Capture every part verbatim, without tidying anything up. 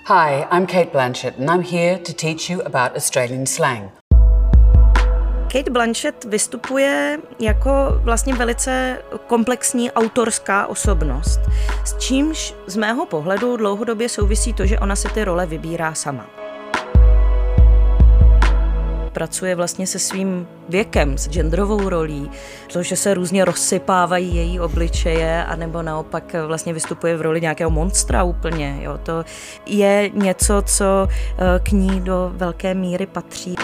Hi, I'm Cate Blanchett and I'm here to teach you about Australian slang. Cate Blanchett vystupuje jako vlastně velice komplexní autorská osobnost, s čímž z mého pohledu dlouhodobě souvisí to, že ona si ty role vybírá sama. Pracuje vlastně se svým věkem, s genderovou rolí, to, že se různě rozsypávají její obličeje, anebo naopak vlastně vystupuje v roli nějakého monstra úplně. Jo. To je něco, co k ní do velké míry patří.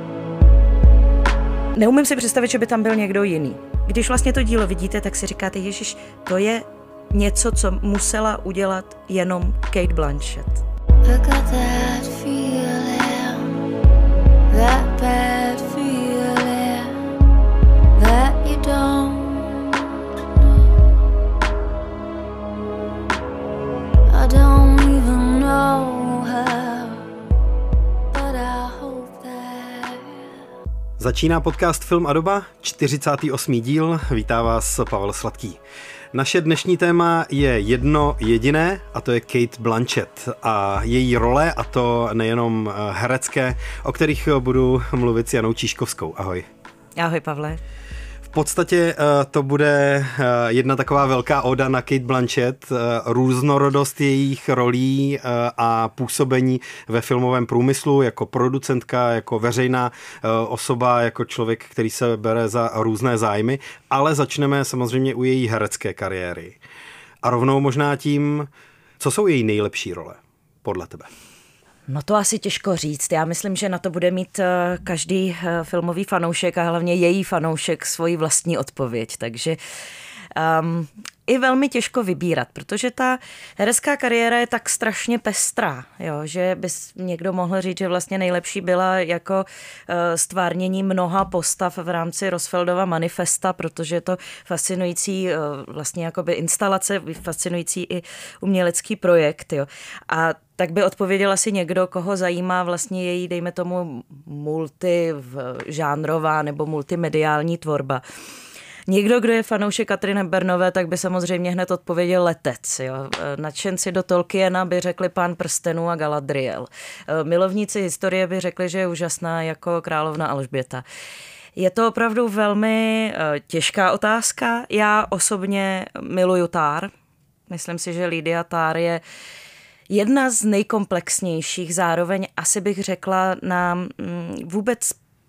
Neumím si představit, že by tam byl někdo jiný. Když vlastně to dílo vidíte, tak si říkáte, ježiš, to je něco, co musela udělat jenom Cate Blanchett. That bad feeling that you don't know. I don't even know how, but I hope that. Začíná podcast Film a doba, čtyřicátý osmý díl, vítá vás Pavel Sladký. Naše dnešní téma je jedno jediné, a to je Cate Blanchett a její role, a to nejenom herecké, o kterých budu mluvit s Janou Číškovskou. Ahoj. Ahoj, Pavle. V podstatě to bude jedna taková velká oda na Cate Blanchett, různorodost jejich rolí a působení ve filmovém průmyslu jako producentka, jako veřejná osoba, jako člověk, který se bere za různé zájmy, ale začneme samozřejmě u její herecké kariéry. A rovnou možná tím, co jsou její nejlepší role, podle tebe? No to asi těžko říct. Já myslím, že na to bude mít každý filmový fanoušek a hlavně její fanoušek svoji vlastní odpověď. Takže um, i velmi těžko vybírat, protože ta herecká kariéra je tak strašně pestrá, jo, že bys někdo mohl říct, že vlastně nejlepší byla jako uh, stvárnění mnoha postav v rámci Rosfeldova manifesta, protože je to fascinující uh, vlastně jakoby instalace, fascinující i umělecký projekt. Jo. A tak by odpověděl asi někdo, koho zajímá vlastně její, dejme tomu, multižánrová nebo multimediální tvorba. Někdo, kdo je fanoušek Katrin Bernové, tak by samozřejmě hned odpověděl letec. Jo. Nadšenci do Tolkiena by řekli Pán prstenů a Galadriel. Milovníci historie by řekli, že je úžasná jako královna Alžběta. Je to opravdu velmi těžká otázka. Já osobně miluju Tar. Myslím si, že Lydia Tar je jedna z nejkomplexnějších, zároveň asi bych řekla nám vůbec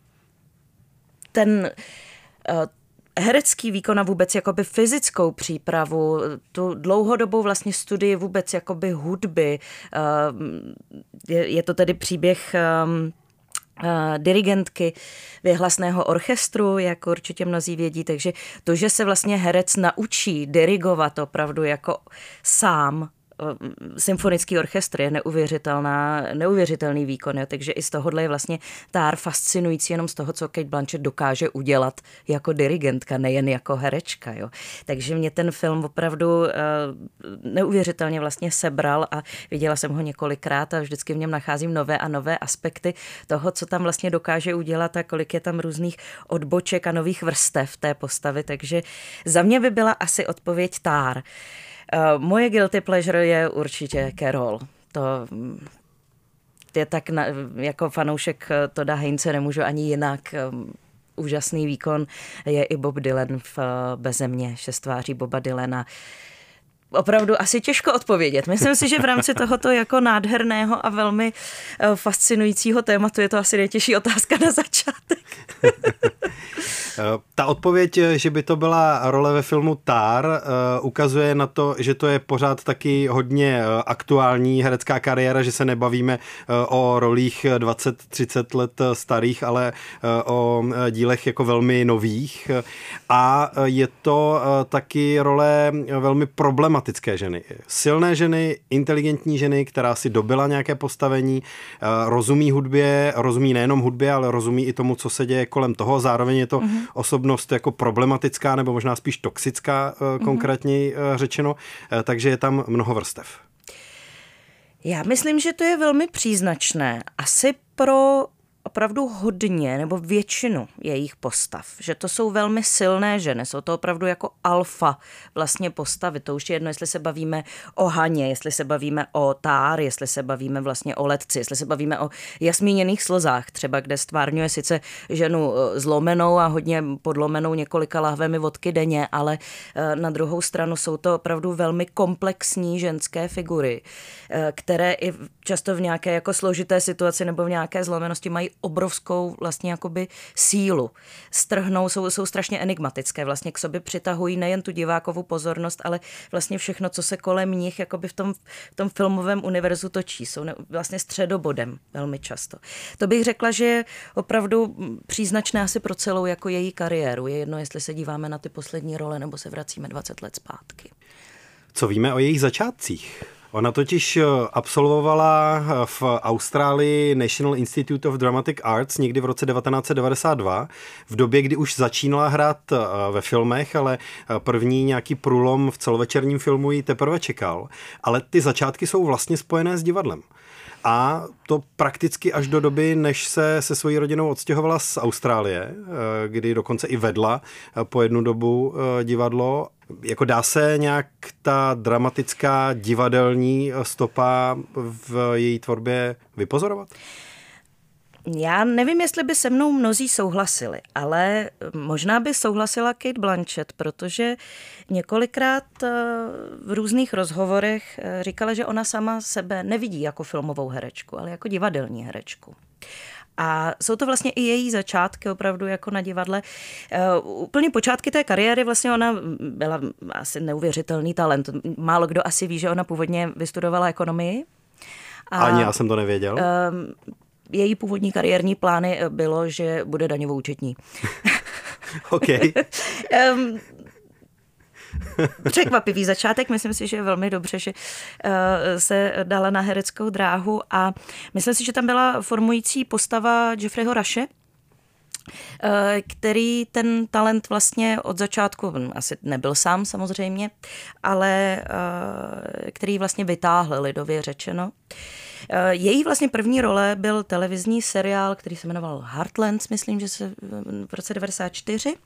ten herecký výkon a vůbec jakoby fyzickou přípravu, tu dlouhodobou vlastně studii vůbec jakoby hudby. Je, je to tedy příběh Uh, dirigentky věhlasného orchestru, jak určitě mnozí vědí, takže to, že se vlastně herec naučí dirigovat opravdu jako sám, symfonický orchestr je neuvěřitelná, neuvěřitelný výkon, jo? Takže i z tohohle je vlastně Tar fascinující jenom z toho, co Cate Blanchett dokáže udělat jako dirigentka, nejen jako herečka. Jo? Takže mě ten film opravdu uh, neuvěřitelně vlastně sebral a viděla jsem ho několikrát a vždycky v něm nacházím nové a nové aspekty toho, co tam vlastně dokáže udělat a kolik je tam různých odboček a nových vrstev té postavy, takže za mě by byla asi odpověď Tar. Uh, moje guilty pleasure je určitě Carol. To je tak, na, jako fanoušek Todda Haynese nemůžu ani jinak. Um, úžasný výkon je i Bob Dylan v uh, Beze mě, šest tváří Boba Dylana. Opravdu asi těžko odpovědět. Myslím si, že v rámci tohoto jako nádherného a velmi uh, fascinujícího tématu je to asi nejtěžší otázka na začátek. Ta odpověď, že by to byla role ve filmu Tar, ukazuje na to, že to je pořád taky hodně aktuální herecká kariéra, že se nebavíme o rolích dvacet třicet let starých, ale o dílech jako velmi nových. A je to taky role velmi problematické ženy. Silné ženy, inteligentní ženy, která si dobyla nějaké postavení, rozumí hudbě, rozumí nejenom hudbě, ale rozumí i tomu, co se děje kolem toho. Zároveň je to mm-hmm. osobnost jako problematická nebo možná spíš toxická, konkrétně řečeno, takže je tam mnoho vrstev. Já myslím, že to je velmi příznačné. Asi pro opravdu hodně, nebo většinu jejich postav, že to jsou velmi silné ženy, jsou to opravdu jako alfa vlastně postavy, to už je jedno, jestli se bavíme o Haně, jestli se bavíme o Tár, jestli se bavíme vlastně o Letci, jestli se bavíme o jasmíněných slzách, třeba kde stvárňuje sice ženu zlomenou a hodně podlomenou několika lahvemi vodky denně, ale na druhou stranu jsou to opravdu velmi komplexní ženské figury, které i často v nějaké jako složité situaci nebo v nějaké zlomenosti mají obrovskou vlastně jakoby sílu. Strhnou, jsou, jsou strašně enigmatické, vlastně k sobě přitahují nejen tu divákovou pozornost, ale vlastně všechno, co se kolem nich jakoby v tom, v tom filmovém univerzu točí. Jsou ne, vlastně středobodem velmi často. To bych řekla, že je opravdu příznačné asi pro celou jako její kariéru. Je jedno, jestli se díváme na ty poslední role nebo se vracíme dvacet let zpátky. Co víme o jejich začátcích? Ona totiž absolvovala v Austrálii National Institute of Dramatic Arts někdy v roce devatenáct set devadesát dva, v době, kdy už začínala hrát ve filmech, ale první nějaký průlom v celovečerním filmu ji teprve čekal. Ale ty začátky jsou vlastně spojené s divadlem. A to prakticky až do doby, než se se svojí rodinou odstěhovala z Austrálie, kdy dokonce i vedla po jednu dobu divadlo. Jako dá se nějak ta dramatická divadelní stopa v její tvorbě vypozorovat? Já nevím, jestli by se mnou mnozí souhlasili, ale možná by souhlasila Cate Blanchett, protože několikrát v různých rozhovorech říkala, že ona sama sebe nevidí jako filmovou herečku, ale jako divadelní herečku. A jsou to vlastně i její začátky opravdu jako na divadle. Uh, úplně počátky té kariéry vlastně ona byla asi neuvěřitelný talent. Málo kdo asi ví, že ona původně vystudovala ekonomii. A, Ani já jsem to nevěděl. Uh, její původní kariérní plány bylo, že bude daňovou účetní. OK. um, Překvapivý začátek, myslím si, že je velmi dobře, že se dala na hereckou dráhu a myslím si, že tam byla formující postava Jeffreyho Rushe, který ten talent vlastně od začátku, asi nebyl sám samozřejmě, ale který vlastně vytáhl, lidově řečeno. Její vlastně první role byl televizní seriál, který se jmenoval Heartlands, myslím, že se v roce devadesát čtyři.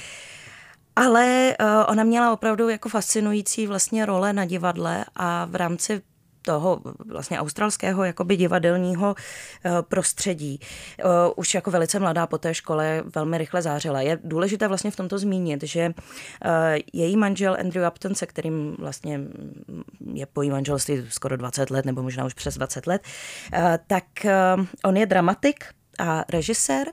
Ale uh, ona měla opravdu jako fascinující vlastně role na divadle a v rámci toho vlastně australského jakoby divadelního uh, prostředí. Uh, už jako velice mladá po té škole velmi rychle zářila. Je důležité vlastně v tomto zmínit, že uh, její manžel Andrew Upton, se kterým vlastně je po její manželství skoro dvacet let, nebo možná už přes dvacet let, uh, tak uh, on je dramatik a režisér.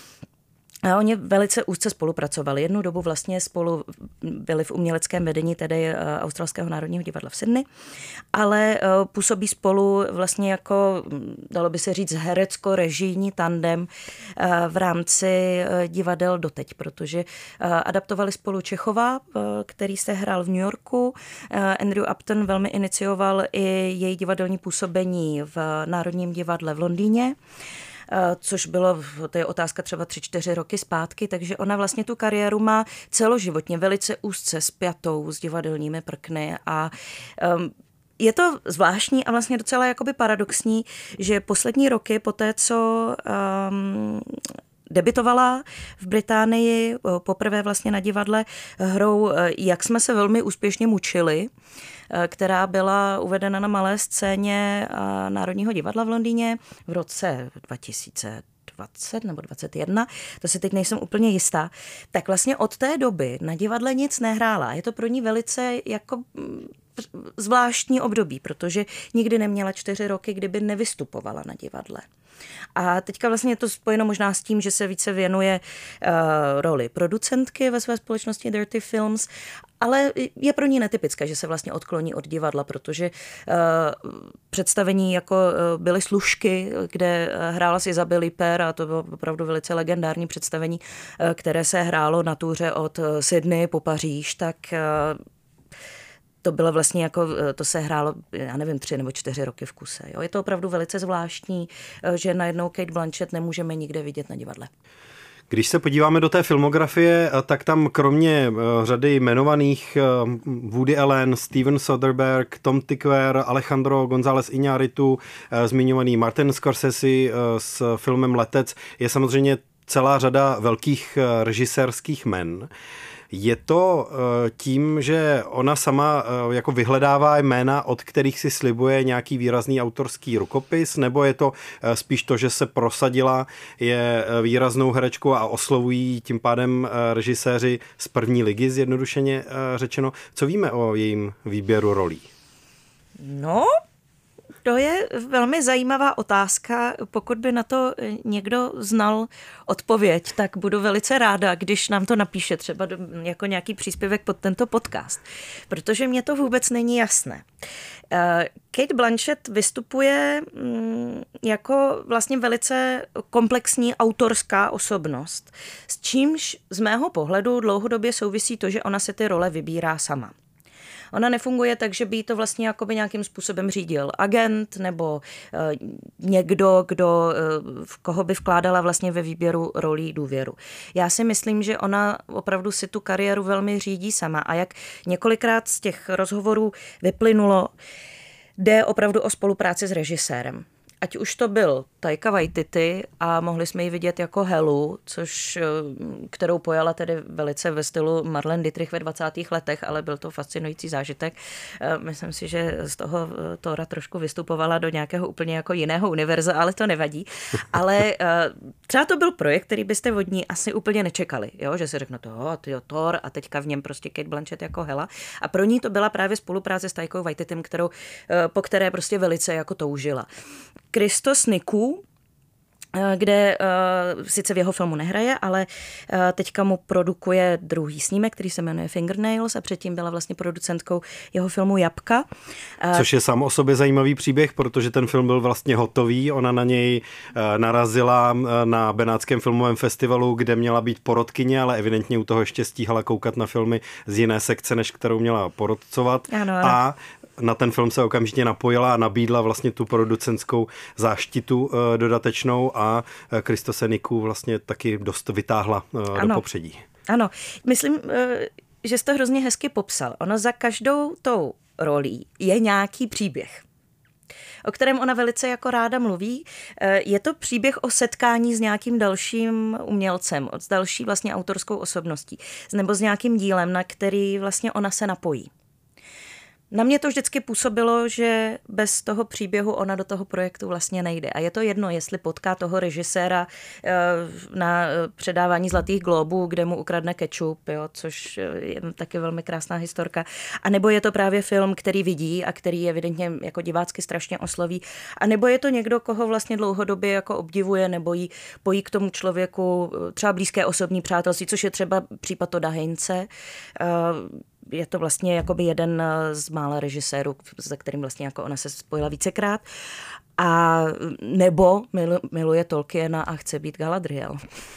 A oni velice úzce spolupracovali. Jednu dobu vlastně spolu byli v uměleckém vedení tedy Australského národního divadla v Sydney, ale působí spolu vlastně jako, dalo by se říct, herecko-režijní tandem v rámci divadel doteď, protože adaptovali spolu Čechova, který se hrál v New Yorku. Andrew Upton velmi inicioval i její divadelní působení v Národním divadle v Londýně, což bylo, to je otázka třeba tři, čtyři roky zpátky, takže ona vlastně tu kariéru má celoživotně velice úzce spjatou s divadelními prkny a um, je to zvláštní a vlastně docela jakoby paradoxní, že poslední roky po té, co um, debitovala v Británii poprvé vlastně na divadle hrou Jak jsme se velmi úspěšně mučili, která byla uvedena na malé scéně Národního divadla v Londýně v roce dva tisíce dvacet nebo dvacet jedna, to si teď nejsem úplně jistá, tak vlastně od té doby na divadle nic nehrála. Je to pro ní velice jako zvláštní období, protože nikdy neměla čtyři roky, kdyby nevystupovala na divadle. A teďka vlastně je to spojeno možná s tím, že se více věnuje uh, roli producentky ve své společnosti Dirty Films, ale je pro ní netypické, že se vlastně odkloní od divadla, protože uh, představení jako uh, byly Služky, kde hrála s Isabelle Liper a to bylo opravdu velice legendární představení, uh, které se hrálo na túře od Sydney po Paříž, tak uh, to bylo vlastně jako, to se hrálo, já nevím, tři nebo čtyři roky v kuse. Jo. Je to opravdu velice zvláštní, že najednou Cate Blanchett nemůžeme nikde vidět na divadle. Když se podíváme do té filmografie, tak tam kromě řady jmenovaných Woody Allen, Steven Soderbergh, Tom Tykwer, Alejandro González Iñárritu, zmiňovaný Martin Scorsese s filmem Letec, je samozřejmě celá řada velkých režisérských men. Je to tím, že ona sama jako vyhledává jména, od kterých si slibuje nějaký výrazný autorský rukopis, nebo je to spíš to, že se prosadila, je výraznou herečkou a oslovují tím pádem režiséři z první ligy, zjednodušeně řečeno. Co víme o jejím výběru rolí? No, to je velmi zajímavá otázka. Pokud by na to někdo znal odpověď, tak budu velice ráda, když nám to napíše třeba jako nějaký příspěvek pod tento podcast, protože mně to vůbec není jasné. Kate Blanchett vystupuje jako vlastně velice komplexní autorská osobnost, s čímž z mého pohledu dlouhodobě souvisí to, že ona se ty role vybírá sama. Ona nefunguje tak, že by to vlastně jakoby nějakým způsobem řídil agent nebo e, někdo, kdo, e, v koho by vkládala vlastně ve výběru rolí důvěru. Já si myslím, že ona opravdu si tu kariéru velmi řídí sama a jak několikrát z těch rozhovorů vyplynulo, jde opravdu o spolupráci s režisérem. Ať už to byl Taika Waititi a mohli jsme ji vidět jako Helu, což, kterou pojala tedy velice ve stylu Marlene Dietrich ve dvacátých letech, ale byl to fascinující zážitek. Myslím si, že z toho Tora trošku vystupovala do nějakého úplně jako jiného univerza, ale to nevadí. Ale třeba to byl projekt, který byste od ní asi úplně nečekali, jo? Že si řekne to, tyjo, Thor a teďka v něm prostě Cate Blanchett jako Hela. A pro ní to byla právě spolupráce s Taikou Waititim, kterou, po které prostě velice jako toužila. Christos Nikou, kde uh, sice v jeho filmu nehraje, ale uh, teďka mu produkuje druhý snímek, který se jmenuje Fingernails a předtím byla vlastně producentkou jeho filmu Jabka. Uh, Což je sám o sobě zajímavý příběh, protože ten film byl vlastně hotový. Ona na něj uh, narazila uh, na Benátském filmovém festivalu, kde měla být porotkyně, ale evidentně u toho ještě stíhala koukat na filmy z jiné sekce, než kterou měla porotcovat. Ano, ano. A na ten film se okamžitě napojila a nabídla vlastně tu producentskou záštitu uh, dodatečnou a Christose Nikou vlastně taky dost vytáhla uh, do popředí. Ano, myslím, uh, že jsi to hrozně hezky popsal. Ono za každou tou rolí je nějaký příběh, o kterém ona velice jako ráda mluví. Je to příběh o setkání s nějakým dalším umělcem, s další vlastně autorskou osobností, nebo s nějakým dílem, na který vlastně ona se napojí. Na mě to vždycky působilo, že bez toho příběhu ona do toho projektu vlastně nejde. A je to jedno, jestli potká toho režiséra na předávání Zlatých glóbů, kde mu ukradne kečup, jo, což je taky velmi krásná historka. A nebo je to právě film, který vidí a který evidentně jako divácky strašně osloví. A nebo je to někdo, koho vlastně dlouhodobě jako obdivuje nebo jí pojí k tomu člověku třeba blízké osobní přátelství, což je třeba případ Todda Hainese. Je to vlastně jakoby jeden z mála režisérů, se kterým vlastně jako ona se spojila vícekrát. A nebo miluje Tolkiena a chce být Galadriel.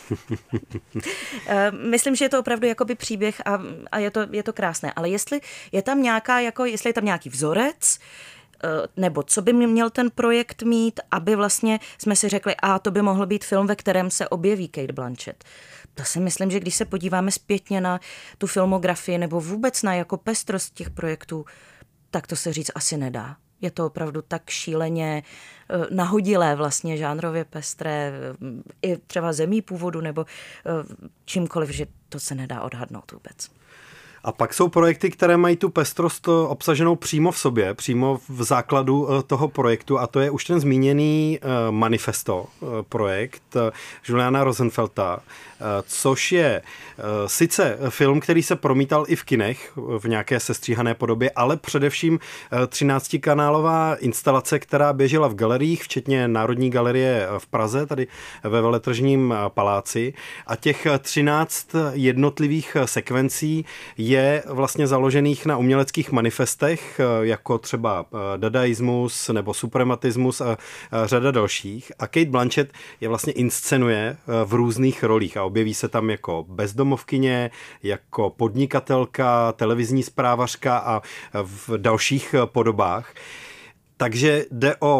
Myslím, že je to opravdu jakoby příběh a, a je, to, je to krásné. Ale jestli je tam nějaká, jako, jestli je tam nějaký vzorec, nebo co by měl ten projekt mít, aby vlastně jsme si řekli, a to by mohl být film, ve kterém se objeví Cate Blanchett. To si myslím, že když se podíváme zpětně na tu filmografii nebo vůbec na jako pestrost těch projektů, tak to se říct asi nedá. Je to opravdu tak šíleně nahodilé vlastně, žánrově pestré, i třeba zemí původu nebo čímkoliv, že to se nedá odhadnout vůbec. A pak jsou projekty, které mají tu pestrost obsaženou přímo v sobě, přímo v základu toho projektu a to je už ten zmíněný Manifesto projekt Juliana Rosenfelda, což je sice film, který se promítal i v kinech v nějaké sestříhané podobě, ale především třináctikanálová instalace, která běžela v galeriích, včetně Národní galerie v Praze, tady ve Veletržním paláci a těch třináct jednotlivých sekvencí je je vlastně založených na uměleckých manifestech, jako třeba dadaismus nebo suprematismus a řada dalších. A Cate Blanchett je vlastně inscenuje v různých rolích a objeví se tam jako bezdomovkyně, jako podnikatelka, televizní zprávařka a v dalších podobách. Takže jde o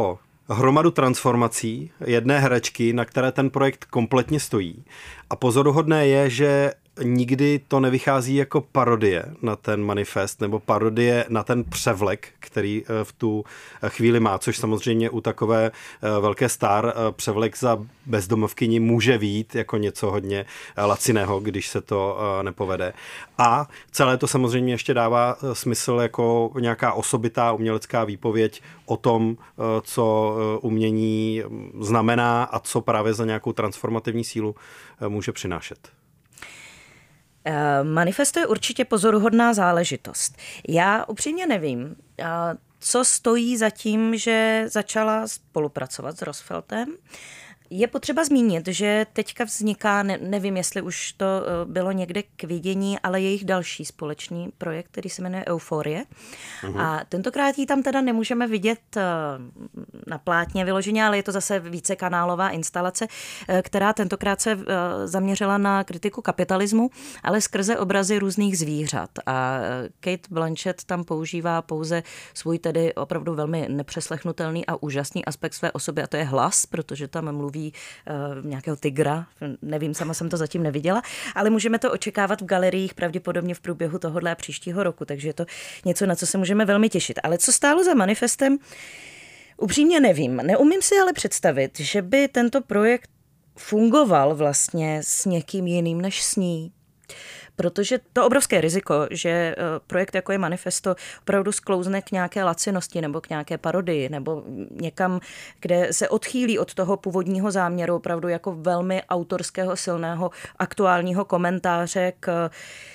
hromadu transformací jedné herečky, na které ten projekt kompletně stojí. A pozoruhodné je, že nikdy to nevychází jako parodie na ten manifest nebo parodie na ten převlek, který v tu chvíli má, což samozřejmě u takové velké star převlek za bezdomovkyni může vyjít jako něco hodně laciného, když se to nepovede. A celé to samozřejmě ještě dává smysl jako nějaká osobitá umělecká výpověď o tom, co umění znamená a co právě za nějakou transformativní sílu může přinášet. Manifesto je určitě pozoruhodná záležitost. Já upřímně nevím, co stojí za tím, že začala spolupracovat s Rosfeltem. Je potřeba zmínit, že teďka vzniká, ne, nevím, jestli už to bylo někde k vidění, ale jejich další společný projekt, který se jmenuje Euforie. Uhum. A tentokrát ji tam teda nemůžeme vidět na plátně vyloženě, ale je to zase vícekanálová instalace, která tentokrát se zaměřila na kritiku kapitalismu, ale skrze obrazy různých zvířat. A Cate Blanchett tam používá pouze svůj tedy opravdu velmi nepřeslechnutelný a úžasný aspekt své osoby, a to je hlas, protože tam mluví Uh, nějakého tygra, nevím, sama jsem to zatím neviděla, ale můžeme to očekávat v galeriích pravděpodobně v průběhu tohohle a příštího roku, takže je to něco, na co se můžeme velmi těšit. Ale co stálo za manifestem, upřímně nevím. Neumím si ale představit, že by tento projekt fungoval vlastně s někým jiným než s ní. Protože to obrovské riziko, že projekt jako je Manifesto opravdu sklouzne k nějaké lacinosti nebo k nějaké parodii nebo někam, kde se odchýlí od toho původního záměru opravdu jako velmi autorského, silného, aktuálního komentáře k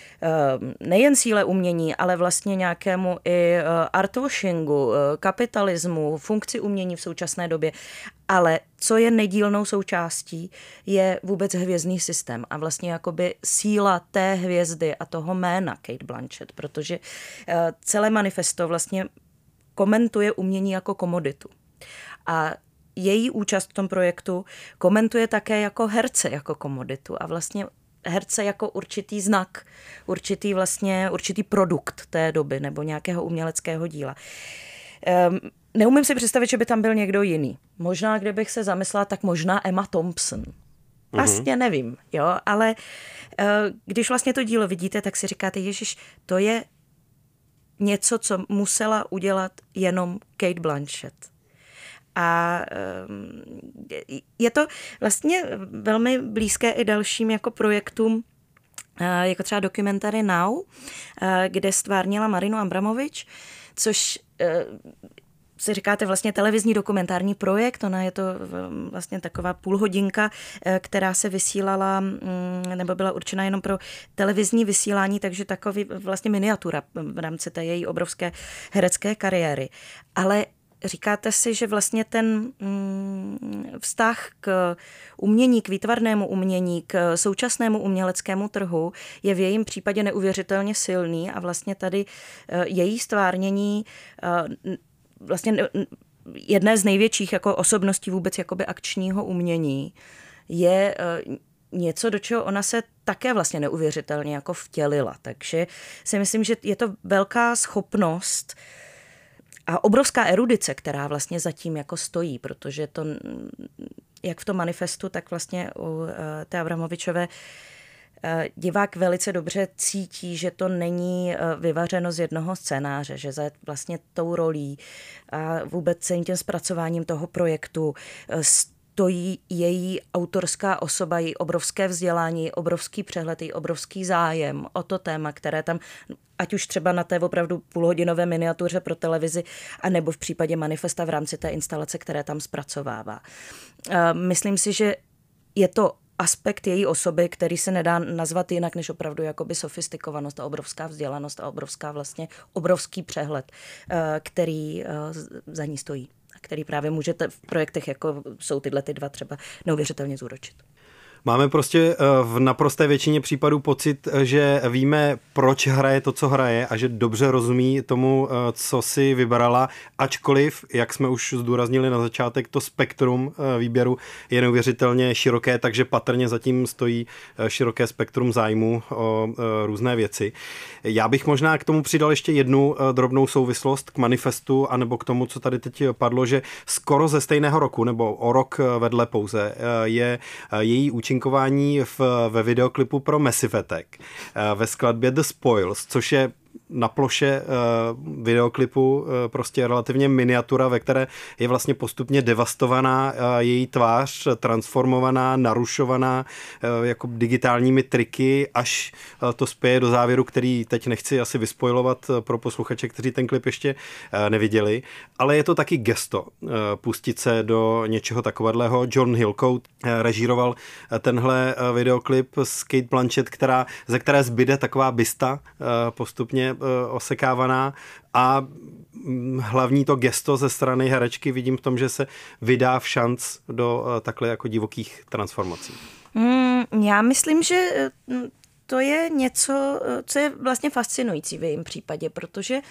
nejen síle umění, ale vlastně nějakému i artwashingu, kapitalismu, funkci umění v současné době. Ale co je nedílnou součástí, je vůbec hvězdný systém a vlastně jakoby síla té hvězdy a toho jména Cate Blanchett, protože celé manifesto vlastně komentuje umění jako komoditu. A její účast v tom projektu komentuje také jako herce, jako komoditu a vlastně herce jako určitý znak, určitý vlastně, určitý produkt té doby nebo nějakého uměleckého díla. Um, neumím si představit, že by tam byl někdo jiný. Možná, kdybych se zamyslela, tak možná Emma Thompson. Vlastně uh-huh. nevím, jo, ale uh, když vlastně to dílo vidíte, tak si říkáte, ježiš, to je něco, co musela udělat jenom Cate Blanchett. A je to vlastně velmi blízké i dalším jako projektům, jako třeba Documentary Now, kde stvárnila Marinu Abramovič, což si říkáte vlastně televizní dokumentární projekt, ona je to vlastně taková půlhodinka, která se vysílala, nebo byla určena jenom pro televizní vysílání, takže takový vlastně miniatura v rámci té její obrovské herecké kariéry. Ale říkáte si, že vlastně ten mm, vztah k umění, k výtvarnému umění, k současnému uměleckému trhu je v jejím případě neuvěřitelně silný a vlastně tady uh, její stvárnění uh, vlastně jedné z největších jako osobností vůbec jakoby akčního umění je uh, něco, do čeho ona se také vlastně neuvěřitelně jako vtělila. Takže si myslím, že je to velká schopnost a obrovská erudice, která vlastně zatím jako stojí, protože to, jak v tom manifestu, tak vlastně u uh, té Abramovičové uh, divák velice dobře cítí, že to není uh, vyvařeno z jednoho scénáře, že za vlastně tou rolí a vůbec celým tím zpracováním toho projektu uh, stojí její autorská osoba, její obrovské vzdělání, její obrovský přehled, její obrovský zájem o to téma, které tam, ať už třeba na té opravdu půlhodinové miniatuře pro televizi, anebo v případě manifesta v rámci té instalace, které tam zpracovává. Myslím si, že je to aspekt její osoby, který se nedá nazvat jinak, než opravdu jakoby sofistikovanost a obrovská vzdělanost a obrovská vlastně obrovský přehled, který za ní stojí. Který právě můžete v projektech, jako jsou tyhle ty dva, třeba neuvěřitelně zúročit. Máme prostě v naprosté většině případů pocit, že víme, proč hraje to, co hraje a že dobře rozumí tomu, co si vybrala, ačkoliv, jak jsme už zdůraznili na začátek, to spektrum výběru je neuvěřitelně široké, takže patrně zatím stojí široké spektrum zájmu o různé věci. Já bych možná k tomu přidal ještě jednu drobnou souvislost k manifestu, anebo k tomu, co tady teď padlo, že skoro ze stejného roku, nebo o rok vedle pouze, je její účinkování v, ve videoklipu pro Massive Attack ve skladbě The Spoils, což je na ploše uh, videoklipu uh, prostě relativně miniatura, ve které je vlastně postupně devastovaná uh, její tvář, transformovaná, narušovaná uh, jako digitálními triky, až uh, to spěje do závěru, který teď nechci asi vyspojovat uh, pro posluchače, kteří ten klip ještě uh, neviděli, ale je to taky gesto uh, pustit se do něčeho takového. John Hillcoat uh, režíroval uh, tenhle uh, videoklip s Cate Blanchett, která, ze které zbyde taková bysta uh, postupně osekávaná a hlavní to gesto ze strany herečky vidím v tom, že se vydá v šanc do takhle jako divokých transformací. Mm, já myslím, že to je něco, co je vlastně fascinující v jejím případě, protože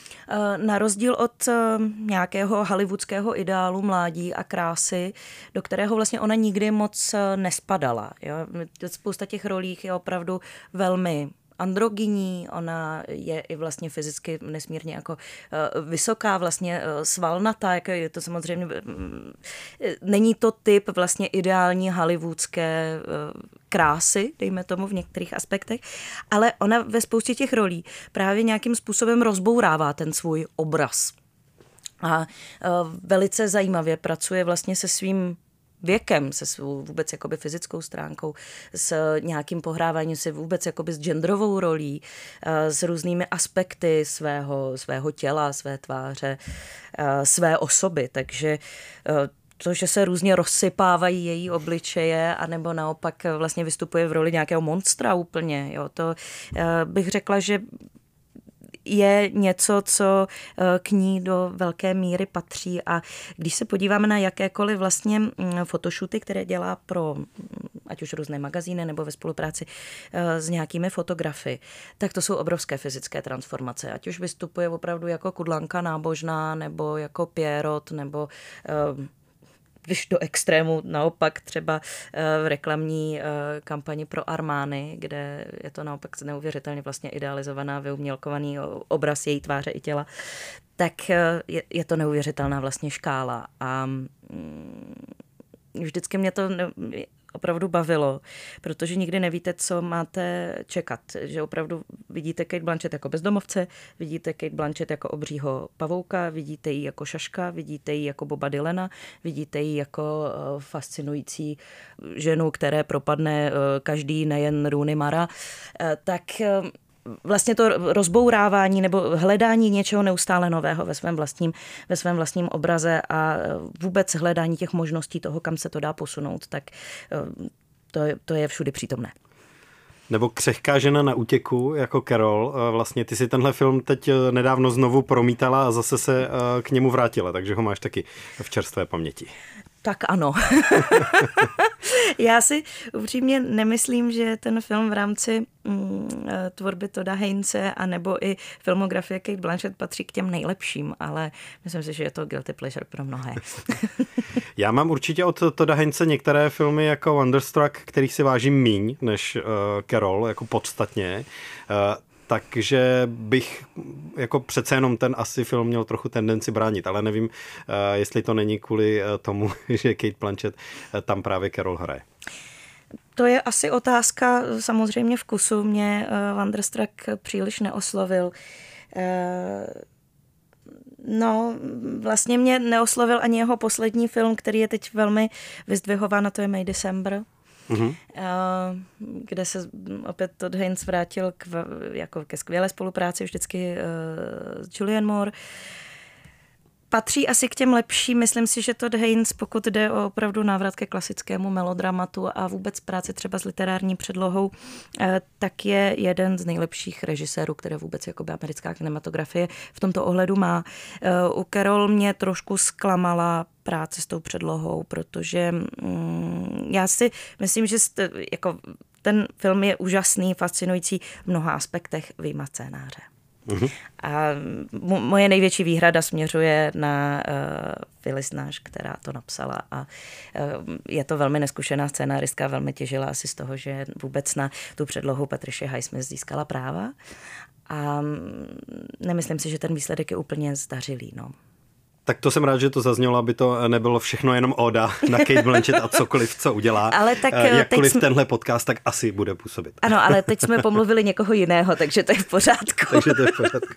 na rozdíl od nějakého hollywoodského ideálu mládí a krásy, do kterého vlastně ona nikdy moc nespadala. Jo? Spousta těch rolích je opravdu velmi androgyní, ona je i vlastně fyzicky nesmírně jako uh, vysoká, vlastně uh, svalnatá, jako je to samozřejmě, uh, není to typ vlastně ideální hollywoodské uh, krásy, dejme tomu v některých aspektech, ale ona ve spoustě těch rolí právě nějakým způsobem rozbourává ten svůj obraz. A uh, velice zajímavě pracuje vlastně se svým věkem, se svou vůbec jakoby fyzickou stránkou, s nějakým pohráváním si vůbec jakoby s genderovou rolí, s různými aspekty svého, svého těla, své tváře, své osoby. Takže to, že se různě rozsypávají její obličeje, anebo naopak vlastně vystupuje v roli nějakého monstra úplně. Jo, to bych řekla, že je něco, co k ní do velké míry patří a když se podíváme na jakékoliv vlastně fotoshooty, které dělá pro ať už různé magazíny nebo ve spolupráci s nějakými fotografy, tak to jsou obrovské fyzické transformace. Ať už vystupuje opravdu jako kudlanka nábožná nebo jako Pierrot nebo když do extrému naopak třeba v reklamní kampani pro Armani, kde je to naopak neuvěřitelně vlastně idealizovaná, vyumělkovaný obraz její tváře i těla, tak je, je to neuvěřitelná vlastně škála. A vždycky mě to opravdu bavilo, protože nikdy nevíte, co máte čekat. Že opravdu vidíte Cate Blanchett jako bezdomovce, vidíte Cate Blanchett jako obřího pavouka, vidíte ji jako šaška, vidíte ji jako Boba Dylana, vidíte ji jako fascinující ženu, které propadne každý, nejen Rooney Mara. Tak vlastně to rozbourávání nebo hledání něčeho neustále nového ve svém vlastním, ve svém vlastním obraze a vůbec hledání těch možností toho, kam se to dá posunout, tak to, to je všudy přítomné. Nebo křehká žena na útěku, jako Carol. Vlastně ty si tenhle film teď nedávno znovu promítala a zase se k němu vrátila, takže ho máš taky v čerstvé paměti. Tak ano. Já si upřímně nemyslím, že ten film v rámci mm, tvorby Todda Haynese a nebo i filmografie Cate Blanchett patří k těm nejlepším, ale myslím si, že je to guilty pleasure pro mnohé. Já mám určitě od Todda Haynese některé filmy jako Wonderstruck, kterých si vážím míň než uh, Carol, jako podstatně. Uh, Takže bych jako přece jenom ten asi film měl trochu tendenci bránit, ale nevím, jestli to není kvůli tomu, že Cate Blanchett tam právě Carol hraje. To je asi otázka samozřejmě vkusu. Mě Wonderstruck příliš neoslovil. No, vlastně mě neoslovil ani jeho poslední film, který je teď velmi vyzdvihován, a to je May December. Mm-hmm. Kde se opět Todd Haynes vrátil k, jako ke skvělé spolupráci vždycky uh, s Julianne Moore. patří asi k těm lepším. Myslím si, že Todd Haynes, pokud jde o opravdu návrat ke klasickému melodramatu a vůbec práci třeba s literární předlohou, tak je jeden z nejlepších režisérů, které vůbec jakoby americká kinematografie v tomto ohledu má. U Carol mě trošku zklamala práce s tou předlohou, protože mm, já si myslím, že jste, jako, ten film je úžasný, fascinující v mnoha aspektech, vyjma scénáře. Mm-hmm. A moje největší výhrada směřuje na uh, Phyllis Nash, která to napsala, a uh, je to velmi neskušená scénáristka, velmi těžila asi z toho, že vůbec na tu předlohu Patricia Highsmith získala práva, a um, nemyslím si, že ten výsledek je úplně zdařilý, no. Tak to jsem rád, že to zaznělo, aby to nebylo všechno jenom óda na Cate Blanchett a cokoliv, co udělá. Ale tak, jakkoliv jsme... tenhle podcast tak asi bude působit. Ano, ale teď jsme pomluvili někoho jiného, takže to je v pořádku. takže to je v pořádku.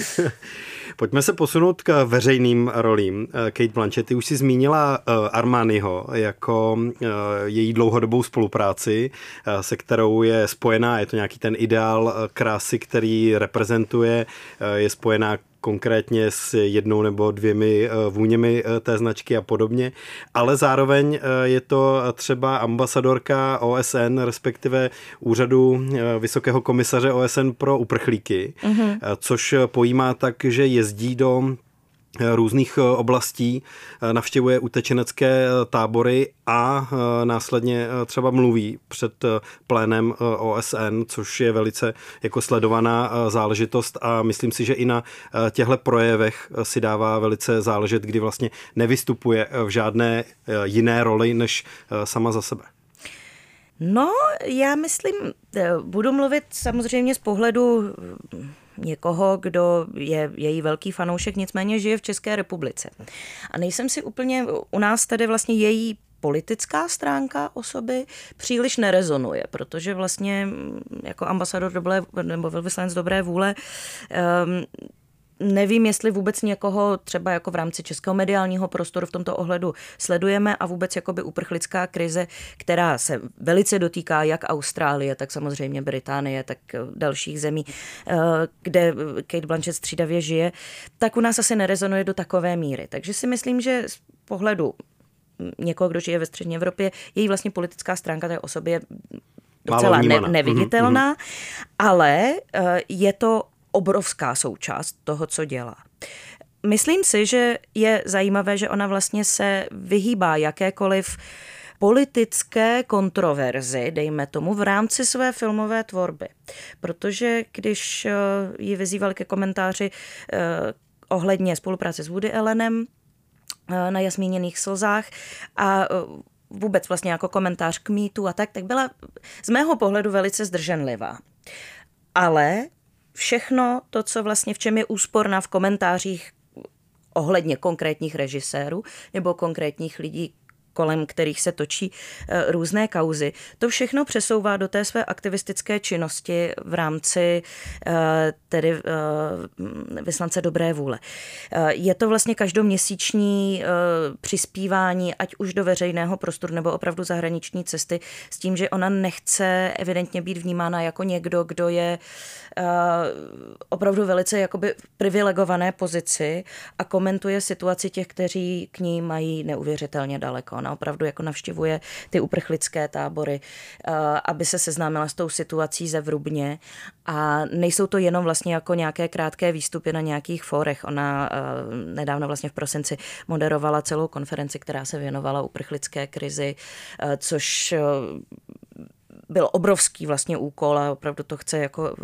Pojďme se posunout k veřejným rolím. Cate Blanchett, ty už si zmínila Armaniho jako její dlouhodobou spolupráci, se kterou je spojená, je to nějaký ten ideál krásy, který reprezentuje, je spojená konkrétně s jednou nebo dvěmi vůněmi té značky a podobně, ale zároveň je to třeba ambasadorka O S N, respektive úřadu Vysokého komisaře O S N pro uprchlíky, mm-hmm. což pojímá tak, že jezdí do různých oblastí, navštěvuje utečenecké tábory a následně třeba mluví před plénem O S N, což je velice jako sledovaná záležitost, a myslím si, že i na těchto projevech si dává velice záležet, kdy vlastně nevystupuje v žádné jiné roli než sama za sebe. No, já myslím, budu mluvit samozřejmě z pohledu někoho, kdo je její velký fanoušek, nicméně žije v České republice. A nejsem si úplně, u nás tady vlastně její politická stránka osoby příliš nerezonuje, protože vlastně jako ambasador dobré, nebo velvyslanec dobré vůle um, nevím, jestli vůbec někoho třeba jako v rámci českého mediálního prostoru v tomto ohledu sledujeme, a vůbec jakoby uprchlická krize, která se velice dotýká jak Austrálie, tak samozřejmě Británie, tak dalších zemí, kde Cate Blanchett střídavě žije, tak u nás asi nerezonuje do takové míry. Takže si myslím, že z pohledu někoho, kdo žije ve střední Evropě, její vlastně politická stránka té osoby je docela ne- neviditelná, mm-hmm. ale je to obrovská součást toho, co dělá. Myslím si, že je zajímavé, že ona vlastně se vyhýbá jakékoliv politické kontroverzi, dejme tomu, v rámci své filmové tvorby. Protože když ji vyzývali ke komentáři ohledně spolupráce s Woody Allenem na Jasmíněných slzách a vůbec vlastně jako komentář k mýtu a tak, tak byla z mého pohledu velice zdrženlivá. Ale všechno to, co vlastně v čem je úsporná v komentářích ohledně konkrétních režisérů nebo konkrétních lidí, kolem kterých se točí různé kauzy. To všechno přesouvá do té své aktivistické činnosti v rámci tedy vyslance dobré vůle. Je to vlastně každoměsíční přispívání, ať už do veřejného prostoru nebo opravdu zahraniční cesty, s tím, že ona nechce evidentně být vnímána jako někdo, kdo je opravdu velice jakoby v privilegované pozici a komentuje situaci těch, kteří k ní mají neuvěřitelně daleko. Ona opravdu jako navštěvuje ty uprchlické tábory, aby se seznámila s tou situací zevrubně, a nejsou to jenom vlastně jako nějaké krátké výstupy na nějakých fórech. Ona nedávno vlastně v prosinci moderovala celou konferenci, která se věnovala uprchlické krizi, což byl obrovský vlastně úkol a opravdu to chce jako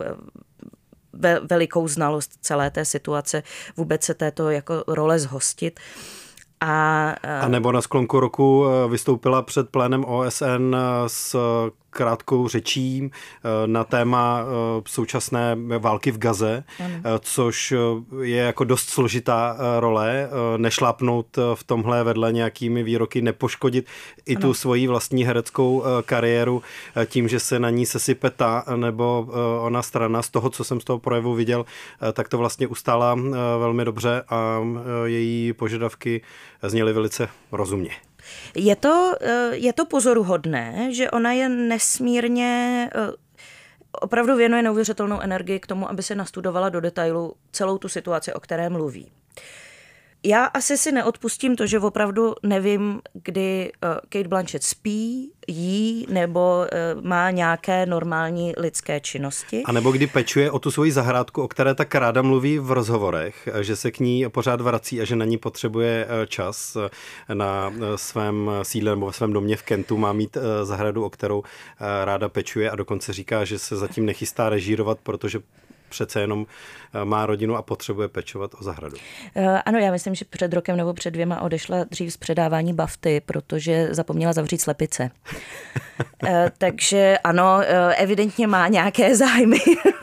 velikou znalost celé té situace, vůbec se této jako role zhostit. A, a nebo na sklonku roku vystoupila před plénem O S N s krátkou řečí na téma současné války v Gaze, ano. Což je jako dost složitá role, nešlápnout v tomhle vedle nějakými výroky, nepoškodit i ano. tu svoji vlastní hereckou kariéru tím, že se na ní sesype ta nebo ona strana. Z toho, co jsem z toho projevu viděl, tak to vlastně ustála velmi dobře a její požadavky zněly velice rozumně. Je to, je to pozoruhodné, že ona je nesmírně, opravdu věnuje neuvěřitelnou energii k tomu, aby se nastudovala do detailu celou tu situaci, o které mluví. Já asi si neodpustím to, že opravdu nevím, kdy uh, Cate Blanchett spí, jí nebo uh, má nějaké normální lidské činnosti. A nebo kdy pečuje o tu svoji zahrádku, o které tak ráda mluví v rozhovorech, že se k ní pořád vrací a že na ní potřebuje čas. Na svém sídle nebo ve svém domě v Kentu má mít zahradu, o kterou ráda pečuje a dokonce říká, že se zatím nechystá režírovat, protože přece jenom má rodinu a potřebuje pečovat o zahradu. Ano, já myslím, že před rokem nebo před dvěma odešla dřív z předávání BAFTY, protože zapomněla zavřít slepice. Takže ano, evidentně má nějaké zájmy.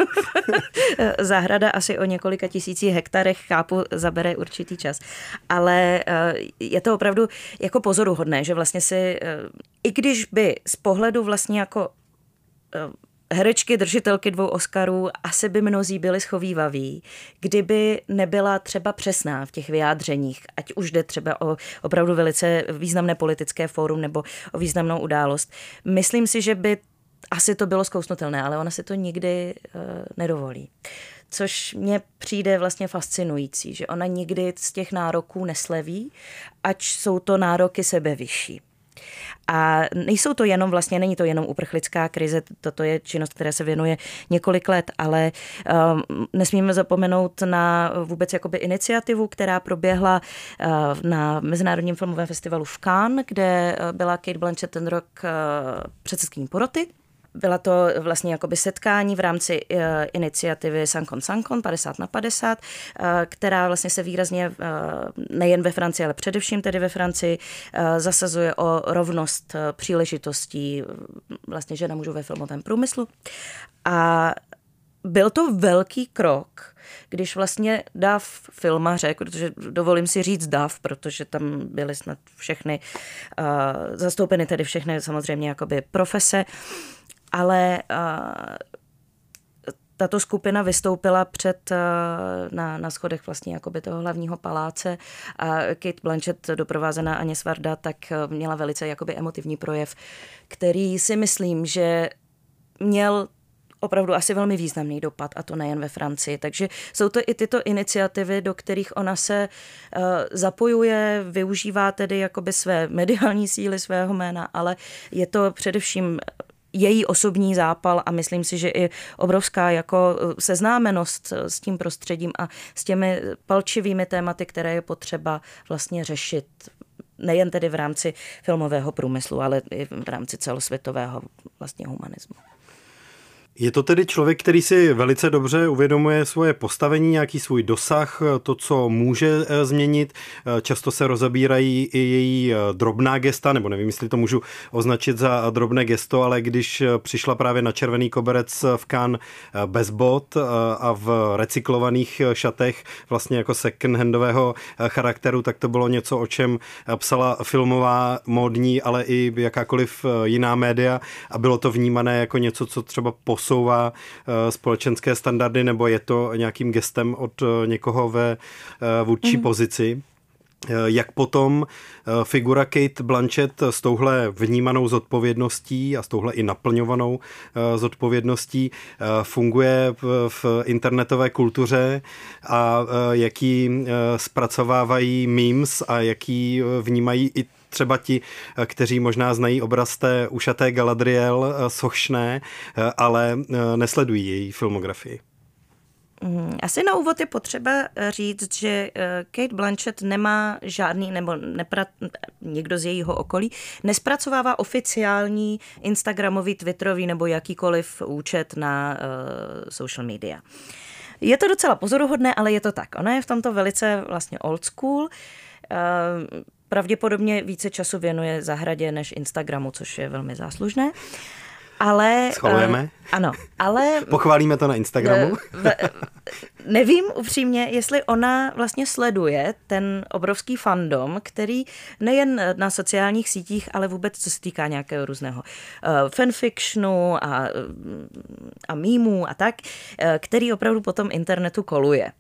Zahrada asi o několika tisících hektarech, chápu, zabere určitý čas. Ale je to opravdu jako pozoruhodné, že vlastně si, i když by z pohledu vlastně jako herečky, držitelky dvou Oscarů, asi by mnozí byli schovívaví, kdyby nebyla třeba přesná v těch vyjádřeních, ať už jde třeba o opravdu velice významné politické fórum nebo o významnou událost. Myslím si, že by asi to bylo zkousnutelné, ale ona si to nikdy uh, nedovolí. Což mně přijde vlastně fascinující, že ona nikdy z těch nároků nesleví, ač jsou to nároky sebevyšší. A nejsou to jenom vlastně, není to jenom uprchlická krize, toto je činnost, která se věnuje několik let, ale um, nesmíme zapomenout na vůbec jakoby iniciativu, která proběhla uh, na Mezinárodním filmovém festivalu v Cannes, kde byla Cate Blanchett ten rok uh, předsedkyní poroty. Byla to vlastně jakoby setkání v rámci uh, iniciativy Sankon Sankon padesát na padesát, uh, která vlastně se výrazně uh, nejen ve Francii, ale především tedy ve Francii uh, zasazuje o rovnost uh, příležitostí uh, vlastně žen a mužů ve filmovém průmyslu. A byl to velký krok, když vlastně dav filmařek, protože dovolím si říct dav, protože tam byly snad všechny uh, zastoupeny tedy všechny samozřejmě jakoby profese, ale uh, tato skupina vystoupila před uh, na, na schodech vlastně jakoby toho hlavního paláce a Cate Blanchett, doprovázená Agnès Varda, tak uh, měla velice jakoby emotivní projev, který si myslím, že měl opravdu asi velmi významný dopad, a to nejen ve Francii. Takže jsou to i tyto iniciativy, do kterých ona se uh, zapojuje, využívá tedy jakoby své mediální síly, svého jména, ale je to především její osobní zápal a myslím si, že i obrovská jako seznámenost s tím prostředím a s těmi palčivými tématy, které je potřeba vlastně řešit nejen tedy v rámci filmového průmyslu, ale i v rámci celosvětového vlastně humanismu. Je to tedy člověk, který si velice dobře uvědomuje svoje postavení, nějaký svůj dosah, to, co může změnit. Často se rozebírají i její drobná gesta, nebo nevím, jestli to můžu označit za drobné gesto, ale když přišla právě na červený koberec v Cannes bez bot a v recyklovaných šatech, vlastně jako second-handového charakteru, tak to bylo něco, o čem psala filmová, módní, ale i jakákoliv jiná média a bylo to vnímané jako něco, co třeba posouvá společenské standardy, nebo je to nějakým gestem od někoho ve vůdčí mm. pozici. Jak potom figura Cate Blanchett s touhle vnímanou zodpovědností a s touhle i naplňovanou zodpovědností funguje v internetové kultuře a jaký zpracovávají memes a jaký vnímají i třeba ti, kteří možná znají obraz té ušaté Galadriel Sochšné, ale nesledují její filmografii. Asi na úvod je potřeba říct, že Cate Blanchett nemá žádný, nebo nepra, někdo z jejího okolí, nespracovává oficiální Instagramový, Twitterový nebo jakýkoliv účet na uh, social media. Je to docela pozoruhodné, ale je to tak. Ona je v tomto velice vlastně old school. Uh, pravděpodobně více času věnuje zahradě než Instagramu, což je velmi záslužné. Ale... Schvalujeme? Uh, ano, ale... Pochválíme to na Instagramu? V, nevím upřímně, jestli ona vlastně sleduje ten obrovský fandom, který nejen na sociálních sítích, ale vůbec co se týká nějakého různého uh, fanfictionu a, a mýmů a tak, uh, který opravdu po tom internetu koluje.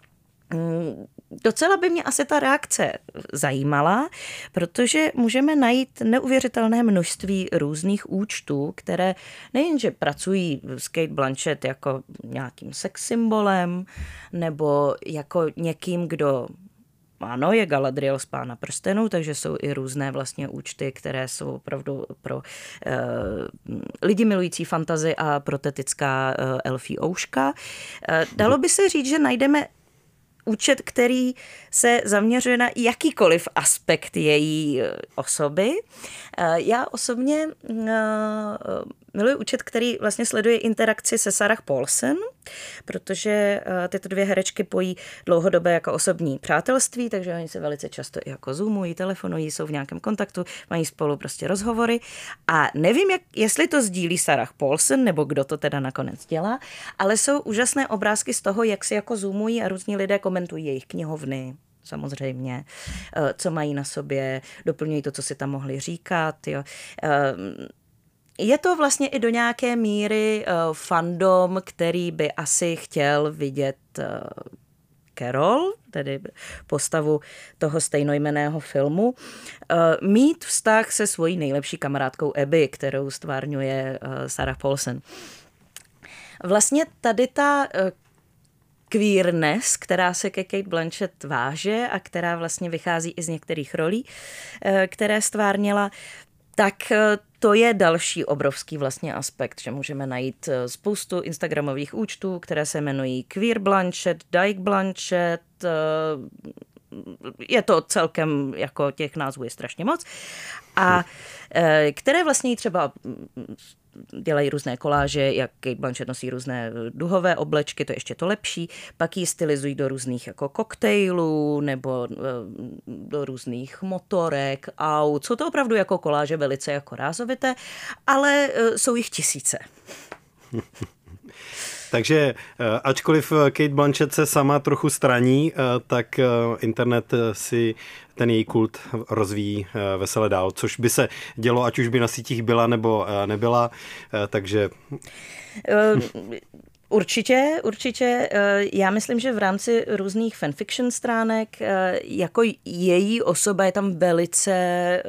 Docela by mě asi ta reakce zajímala, protože můžeme najít neuvěřitelné množství různých účtů, které nejenže pracují s Cate Blanchett jako nějakým sex symbolem nebo jako někým, kdo ano, je Galadriel z Pána prstenů, takže jsou i různé vlastně účty, které jsou opravdu pro uh, lidi milující fantasy a protetická uh, elfí ouška. Uh, dalo by se říct, že najdeme účet, který se zaměřuje na jakýkoliv aspekt její osoby. Já osobně miluji účet, který vlastně sleduje interakci se Sarah Paulson, protože tyto dvě herečky pojí dlouhodobé jako osobní přátelství, takže oni se velice často i jako zoomují, telefonují, jsou v nějakém kontaktu, mají spolu prostě rozhovory a nevím, jak, jestli to sdílí Sarah Paulson, nebo kdo to teda nakonec dělá, ale jsou úžasné obrázky z toho, jak si jako zoomují a různí lidé komentují jejich knihovny, samozřejmě, co mají na sobě, doplňují to, co si tam mohli říkat, jo. Je to vlastně i do nějaké míry uh, fandom, který by asi chtěl vidět uh, Carol, tedy postavu toho stejnojmenného filmu, uh, mít vztah se svojí nejlepší kamarádkou Abby, kterou stvárňuje uh, Sarah Paulson. Vlastně tady ta uh, queerness, která se ke Cate Blanchett váže a která vlastně vychází i z některých rolí, uh, které stvárnila, tak to je další obrovský vlastně aspekt, že můžeme najít spoustu instagramových účtů, které se jmenují Queer Blanchett, Dyke Blanchett, je to celkem, jako těch názvů je strašně moc, a které vlastně třeba dělají různé koláže, jak Cate Blanchett nosí různé duhové oblečky, to je ještě to lepší, pak ji stylizují do různých jako koktejlů nebo do různých motorek, aut, jsou to opravdu jako koláže velice jako rázovité, ale jsou jich tisíce. Takže ačkoliv Cate Blanchett se sama trochu straní, tak internet si ten její kult rozvíjí vesele dál, což by se dělo, ať už by na sítích byla nebo nebyla, takže... Určitě, určitě. Já myslím, že v rámci různých fanfiction stránek jako její osoba je tam velice...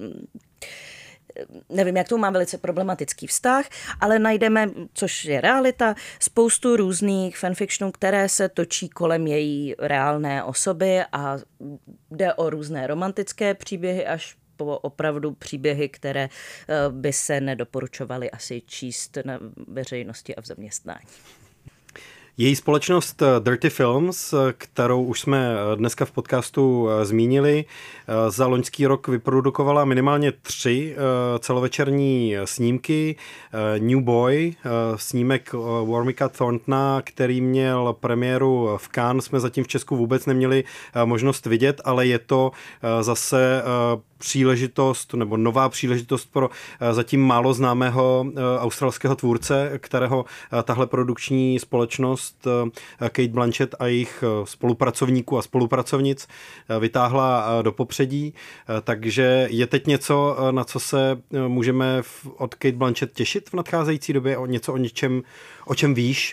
Nevím, jak to má velice problematický vztah, ale najdeme, což je realita, spoustu různých fanfictionů, které se točí kolem její reálné osoby a jde o různé romantické příběhy až po opravdu příběhy, které by se nedoporučovaly asi číst na veřejnosti a v zaměstnání. Její společnost Dirty Films, kterou už jsme dneska v podcastu zmínili, za loňský rok vyprodukovala minimálně tři celovečerní snímky. New Boy, snímek Warmicka Thorntona, který měl premiéru v Cannes, jsme zatím v Česku vůbec neměli možnost vidět, ale je to zase příležitost nebo nová příležitost pro zatím málo známého australského tvůrce, kterého tahle produkční společnost Cate Blanchett a jejich spolupracovníků a spolupracovnic vytáhla do popředí. Takže je teď něco, na co se můžeme od Cate Blanchett těšit v nadcházející době, o něco o něčem, o čem víš,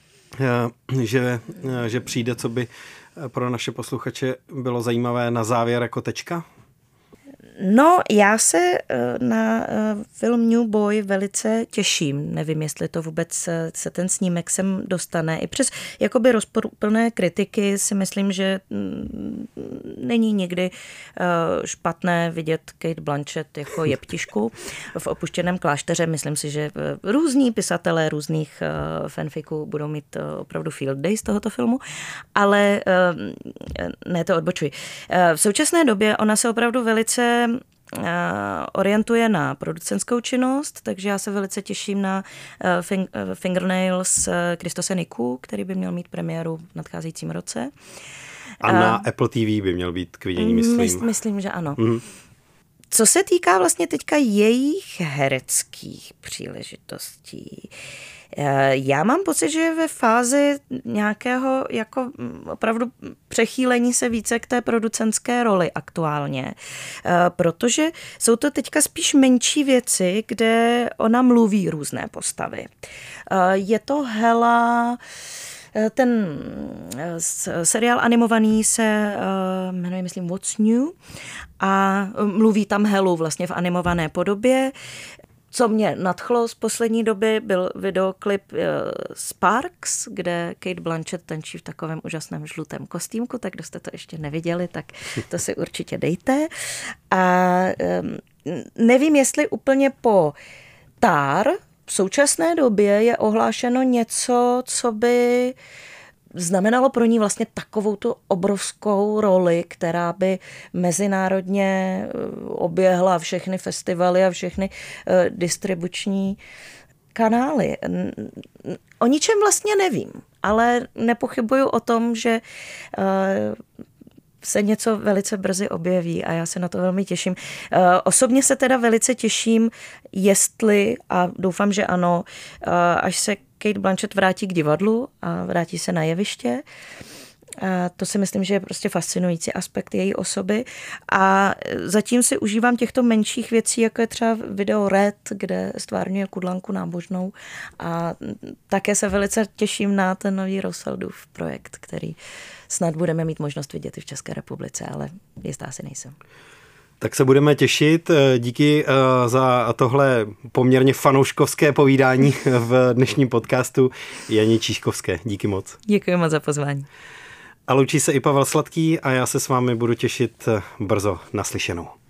že, že přijde, co by pro naše posluchače bylo zajímavé na závěr jako tečka? No, já se na film New Boy velice těším. Nevím, jestli to vůbec se ten snímek sem dostane. I přes jakoby rozporuplné kritiky si myslím, že není nikdy špatné vidět Cate Blanchett jako jeptišku v opuštěném klášteře. Myslím si, že různí pisatelé různých fanfiků budou mít opravdu field day z tohoto filmu, ale ne, to odbočuji. V současné době ona se opravdu velice orientuje na producentskou činnost, takže já se velice těším na Fingernails Christose Niku, který by měl mít premiéru v nadcházejícím roce. A na uh, Apple T V by měl být k vidění, myslím. Mys, myslím, že ano. Mm-hmm. Co se týká vlastně teďka jejich hereckých příležitostí, já mám pocit, že je ve fázi nějakého jako opravdu přechýlení se více k té producentské roli aktuálně, protože jsou to teďka spíš menší věci, kde ona mluví různé postavy. Je to Hela, ten seriál animovaný se jmenuje, myslím, What's New a mluví tam Helu vlastně v animované podobě. co mě nadchlo z poslední doby, byl videoklip Sparks, kde Cate Blanchett tančí v takovém úžasném žlutém kostýmku, tak kdo jste to ještě neviděli, tak to si určitě dejte. A nevím, jestli úplně po Tar v současné době je ohlášeno něco, co by znamenalo pro ní vlastně takovou tu obrovskou roli, která by mezinárodně oběhla všechny festivaly a všechny uh, distribuční kanály. O ničem vlastně nevím, ale nepochybuju o tom, že uh, se něco velice brzy objeví a já se na to velmi těším. Uh, osobně se teda velice těším, jestli, a doufám, že ano, uh, až se Cate Blanchett vrátí k divadlu a vrátí se na jeviště. A to si myslím, že je prostě fascinující aspekt její osoby. A zatím si užívám těchto menších věcí, jako je třeba video Red, kde stvárňuje Kudlanku nábožnou. A také se velice těším na ten nový Roseldův projekt, který snad budeme mít možnost vidět i v České republice, ale jistá si nejsem. Tak se budeme těšit. Díky za tohle poměrně fanouškovské povídání v dnešním podcastu Janě Číškovské. Díky moc. Děkuji moc za pozvání. A loučí se i Pavel Sladký a já se s vámi budu těšit brzo naslyšenou.